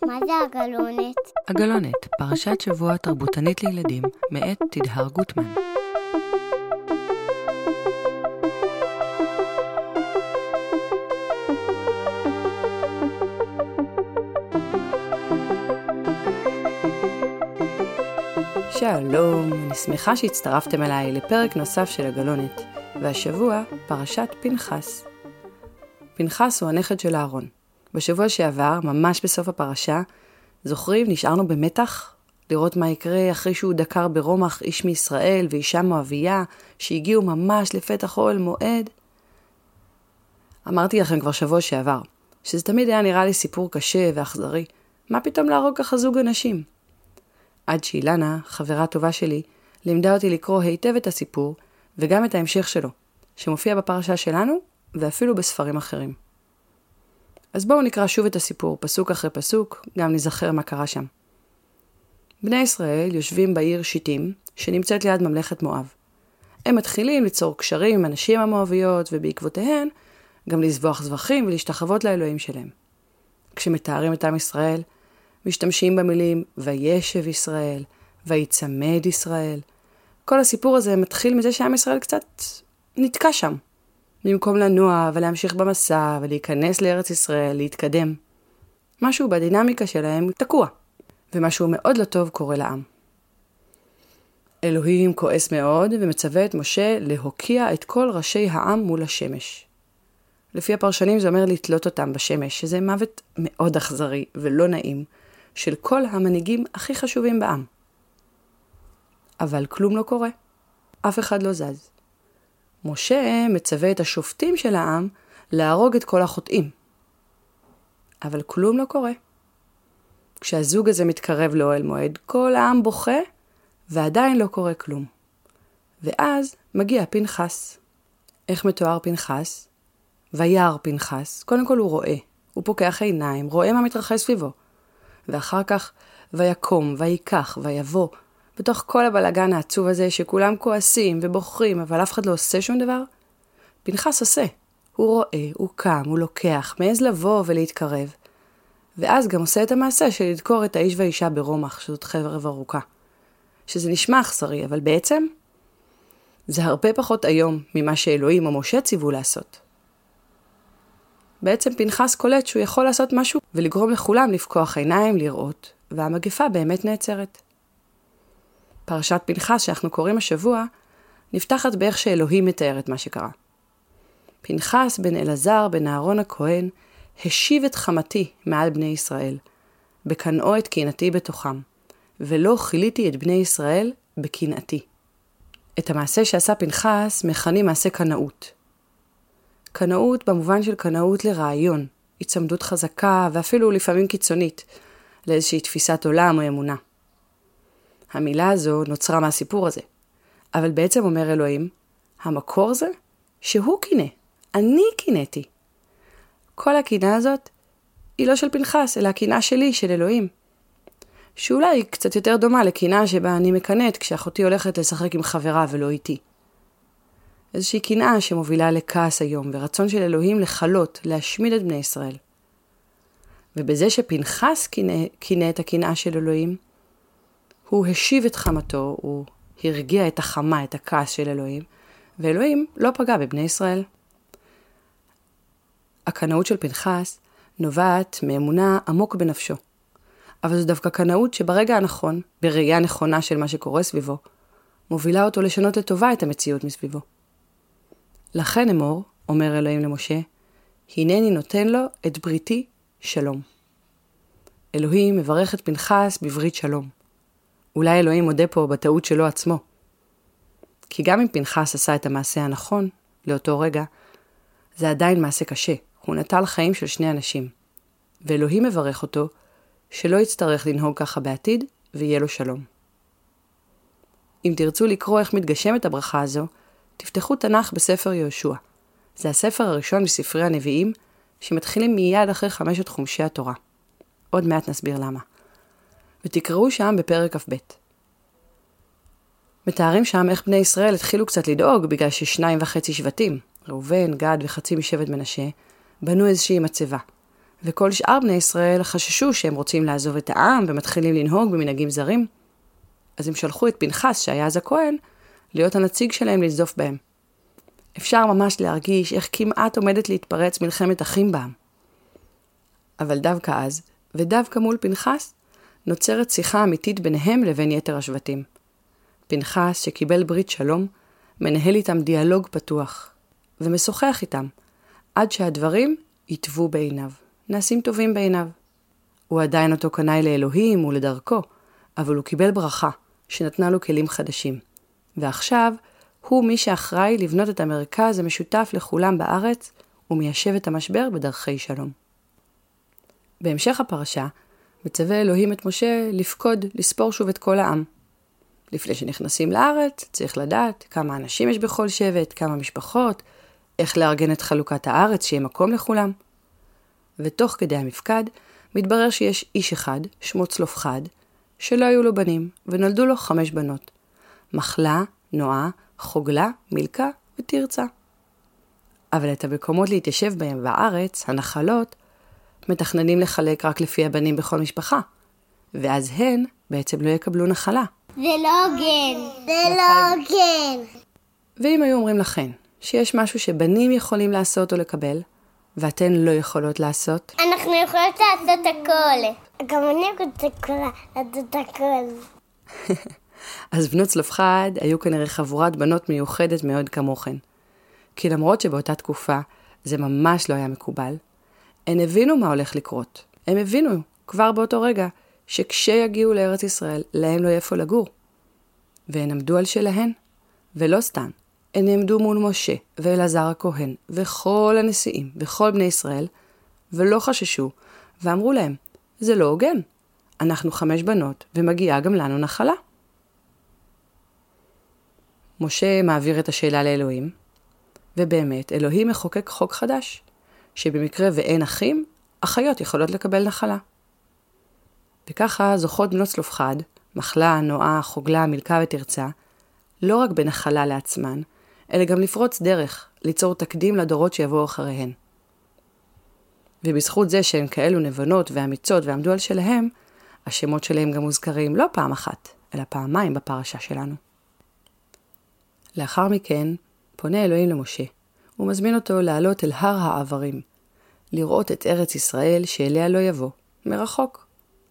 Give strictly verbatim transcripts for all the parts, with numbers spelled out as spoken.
מה זה הגלונת? הגלונת, פרשת שבוע תרבותנית לילדים, מאת תדהר גוטמן. שלום, אני שמחה שהצטרפתם אליי לפרק נוסף של הגלונת, והשבוע פרשת פנחס. פנחס הוא הנכד של אהרון. בשבוע שעבר, ממש בסוף הפרשה, זוכרים, נשארנו במתח לראות מה יקרה אחרי שהוא דקר ברומח איש מישראל ואישה מואביה, שהגיעו ממש לפתח אוהל מועד. אמרתי לכם כבר שבוע שעבר, שזה תמיד היה נראה לי סיפור קשה ואכזרי. מה פתאום להרוג ככה זוג אנשים? עד שאילנה, חברה טובה שלי, לימדה אותי לקרוא היטב את הסיפור, וגם את ההמשך שלו, שמופיע בפרשה שלנו, ואפילו בספרים אחרים. אז בואו נקרא שוב את הסיפור, פסוק אחרי פסוק, גם נזכר מה קרה שם. בני ישראל יושבים בעיר שיטים, שנמצאת ליד ממלכת מואב. הם מתחילים ליצור קשרים עם אנשים המואביות, ובעקבותיהן גם לזבוח זבחים ולהשתחוות לאלוהים שלהם. כשמתארים את עם ישראל, משתמשים במילים וישב ישראל, ויצמד ישראל. כל הסיפור הזה מתחיל מזה שעם ישראל קצת נתקע שם. במקום לנוע ולהמשיך במסע ולהיכנס לארץ ישראל, להתקדם. משהו בדינמיקה שלהם תקוע, ומשהו מאוד לא טוב קורה לעם. אלוהים כועס מאוד ומצווה את משה להוקיע את כל ראשי העם מול השמש. לפי הפרשנים זה אומר לתלות אותם בשמש, שזה מוות מאוד אכזרי ולא נעים, של כל המנהיגים הכי חשובים בעם. אבל כלום לא קורה. אף אחד לא זז. משה מצווה את השופטים של העם להרוג את כל החוטאים. אבל כלום לא קורה. כשהזוג הזה מתקרב לאוהל מועד, כל העם בוכה ועדיין לא קורה כלום. ואז מגיע פנחס. איך מתואר פנחס? וירא פנחס. קודם כל הוא רואה. הוא פוקח עיניים, רואה מה מתרחש סביבו. ואחר כך ויקום, ויקח, ויבוא. בתוך כל הבלגן העצוב הזה שכולם כועסים ובוחרים, אבל אף אחד לא עושה שום דבר, פנחס עושה. הוא רואה, הוא קם, הוא לוקח, מעז לבוא ולהתקרב. ואז גם עושה את המעשה של לדקור את האיש והאישה ברומח, שזאת חרב ארוכה. שזה נשמע אכזרי, אבל בעצם זה הרבה פחות היום ממה שאלוהים או משה ציוו לעשות. בעצם פנחס קולט שהוא יכול לעשות משהו ולגרום לכולם לפקוח עיניים, לראות, והמגפה באמת נעצרת. פרשת פנחס שאנחנו קוראים השבוע, נפתחת באיך שאלוהים מתאר את מה שקרה. פנחס בן אלעזר בן אהרון הכהן, השיב את חמתי מעל בני ישראל, בקנאו את קנאתי בתוכם, ולא חיליתי את בני ישראל בקנאתי. את המעשה שעשה פנחס מכנים מעשה קנאות. קנאות במובן של קנאות לרעיון, הצמדות חזקה ואפילו לפעמים קיצונית, לאיזושהי תפיסת עולם או אמונה. המילה הזו נוצרה מהסיפור הזה, אבל בעצם אומר אלוהים, המקור זה שהוא קינא, אני קינאתי. כל הקנאה הזאת היא לא של פנחס, אלא הקנאה שלי, של אלוהים. שאולי היא קצת יותר דומה לקנאה שבה אני מקנאת כשאחותי הולכת לשחק עם חברה ולא איתי. איזושהי קנאה שמובילה לכעס היום ורצון של אלוהים לחלות, להשמיד את בני ישראל. ובזה שפנחס קינא את הקנאה של אלוהים, הוא השיב את חמתו, הוא הרגיע את החמה, את הכעס של אלוהים, ואלוהים לא פגע בבני ישראל. הקנאות של פנחס נובעת מאמונה עמוק בנפשו, אבל זו דווקא קנאות שברגע הנכון, בראייה נכונה של מה שקורה סביבו, מובילה אותו לשנות לטובה את המציאות מסביבו. לכן אמור, אומר אלוהים למשה, הנני נותן לו את בריתי שלום. אלוהים מברך את פנחס בברית שלום. אולי אלוהים מודה פה בטעות שלו עצמו. כי גם אם פנחס עשה את המעשה הנכון, לאותו רגע, זה עדיין מעשה קשה. הוא נטל חיים של שני אנשים. ואלוהים מברך אותו שלא יצטרך לנהוג ככה בעתיד ויהיה לו שלום. אם תרצו לקרוא איך מתגשמת הברכה הזו, תפתחו תנ"ך בספר יהושע. זה הספר הראשון בספרי הנביאים שמתחילים מיד אחרי חמשת חומשי התורה. עוד מעט נסביר למה. ותקראו שם בפרק כ"ב. מתארים שם איך בני ישראל התחילו קצת לדאוג בגלל ששניים וחצי שבטים, ראובן, גד וחצי משבט מנשה, בנו איזושהי מצבה. וכל שאר בני ישראל חששו שהם רוצים לעזוב את העם ומתחילים לנהוג במנהגים זרים. אז הם שלחו את פנחס, שהיה אז הכהן, להיות הנציג שלהם לנזוף בהם. אפשר ממש להרגיש איך כמעט עומדת להתפרץ מלחמת אחים בעם. אבל דווקא אז, ודווקא מול פנחס, נוצרת שיחה אמיתית ביניהם לבין יתר השבטים. פנחס, שקיבל ברית שלום, מנהל איתם דיאלוג פתוח, ומשוחח איתם, עד שהדברים יטבו בעיניו, נעשים טובים בעיניו. הוא עדיין אותו קנאי לאלוהים ולדרכו, אבל הוא קיבל ברכה, שנתנה לו כלים חדשים. ועכשיו, הוא מי שאחראי לבנות את המרכז המשותף לכולם בארץ, ומיישב את המשבר בדרכי שלום. בהמשך הפרשה, מצווה אלוהים את משה לפקוד, לספור שוב את כל העם. לפני שנכנסים לארץ, צריך לדעת כמה אנשים יש בכל שבט, כמה משפחות, איך לארגן את חלוקת הארץ, שיהיה מקום לכולם. ותוך כדי המפקד, מתברר שיש איש אחד, שמו צלופחד, שלא היו לו בנים, ונולדו לו חמש בנות. מחלה, נועה, חוגלה, מילכה ותרצה. אבל את המקומות להתיישב בהם בארץ, הנחלות, מתכננים לחלק רק לפי הבנים בכל משפחה, ואז הן בעצם לא יקבלו נחלה. זה לא הוגן. זה לא הוגן. ואם היו אומרים לכן שיש משהו שבנים יכולים לעשות או לקבל, ואתן לא יכולות לעשות, אנחנו יכולות לעשות הכל. גם אני יכולה לעשות הכל. אז בנות צלופחד היו כנראה חבורת בנות מיוחדת מאוד כמוכן. כי למרות שבאותה תקופה זה ממש לא היה מקובל, הן הבינו מה הולך לקרות. הם הבינו כבר באותו רגע שכשיגיעו לארץ ישראל, להם לא יהיה איפה לגור. והן עמדו על שלהן, ולא סתם. הן עמדו מול משה ואלעזר הכהן וכל הנשיאים וכל בני ישראל, ולא חששו, ואמרו להם, זה לא הוגן. אנחנו חמש בנות, ומגיעה גם לנו נחלה. משה מעביר את השאלה לאלוהים, ובאמת אלוהים מחוקק חוק חדש, שבמקרה ואין אחים, אחיות יכולות לקבל נחלה. וככה זוכות בנות צלופחד, מחלה, נועה, חוגלה, מילכה ותרצה, לא רק בנחלה לעצמן, אלא גם לפרוץ דרך, ליצור תקדים לדורות שיבואו אחריהן. ובזכות זה שהן כאלו נבונות ואמיצות ועמדו על שלהם, השמות שלהם גם מוזכרים לא פעם אחת, אלא פעמיים בפרשה שלנו. לאחר מכן פונה אלוהים למשה, ומזמין אותו לעלות אל הר העברים, לראות את ארץ ישראל שאליה לא יבוא, מרחוק.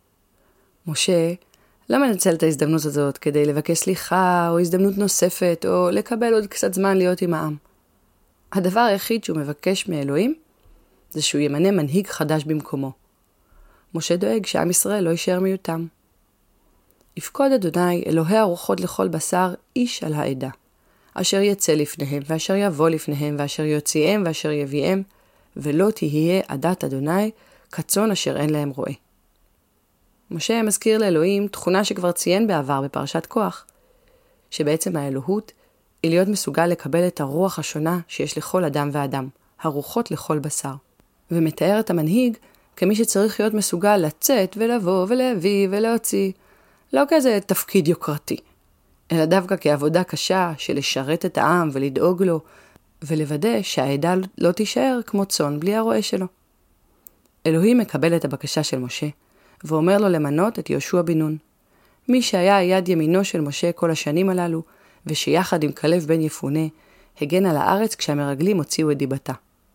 משה לא מנצל את ההזדמנות הזאת כדי לבקש סליחה או הזדמנות נוספת או לקבל עוד קצת זמן להיות עם העם. הדבר היחיד שהוא מבקש מאלוהים זה שהוא ימנה מנהיג חדש במקומו. משה דואג שעם ישראל לא יישאר מיותם. יפקוד אדוני אלוהי הרוחות לכל בשר איש על העדה, אשר יצא לפניהם ואשר יבוא לפניהם ואשר יוציאם ואשר יביאם, ולא תהיה עדת אדוני כצאן אשר אין להם רועה. משה מזכיר לאלוהים תכונה שכבר ציין בעבר בפרשת כוח, שבעצם האלוהות היא להיות מסוגל לקבל את הרוח השונה שיש לכל אדם ואדם, הרוחות לכל בשר, ומתאר את המנהיג כמי שצריך להיות מסוגל לצאת ולבוא ולהביא ולהוציא, לא כאיזה תפקיד יוקרתי, אלא דווקא כעבודה קשה של לשרת את העם ולדאוג לו, ולוודא שהעדה לא תישאר כמו צאן בלי הרועה שלו. אלוהים מקבל את הבקשה של משה, ואומר לו למנות את יהושע בן נון, מי שהיה יד ימינו של משה כל השנים הללו, ושיחד עם כלב בן יפונה, הגן על הארץ כשהמרגלים הוציאו את דיבתה.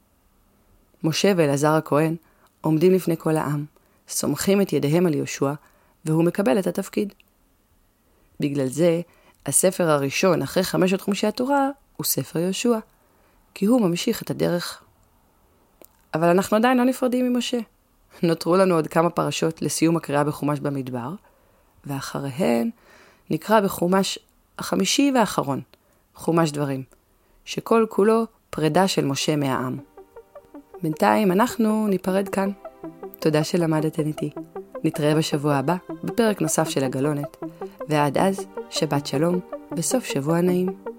משה ואלעזר הכהן עומדים לפני כל העם, סומכים את ידיהם על יהושע, והוא מקבל את התפקיד. בגלל זה, הספר הראשון אחרי חמשת חומשי התורה הוא ספר יהושע, כי הוא ממשיך את הדרך. אבל אנחנו עדיין לא נפרדים ממשה. נותרו לנו עוד כמה פרשות לסיום הקריאה בחומש במדבר, ואחריהן נקרא בחומש החמישי והאחרון, חומש דברים, שכל כולו פרידה של משה מהעם. בינתיים אנחנו ניפרד כאן. תודה שלמדתם איתי. נתראה בשבוע הבא בפרק נוסף של הגלונת, ועד אז שבת שלום וסוף שבוע נעים.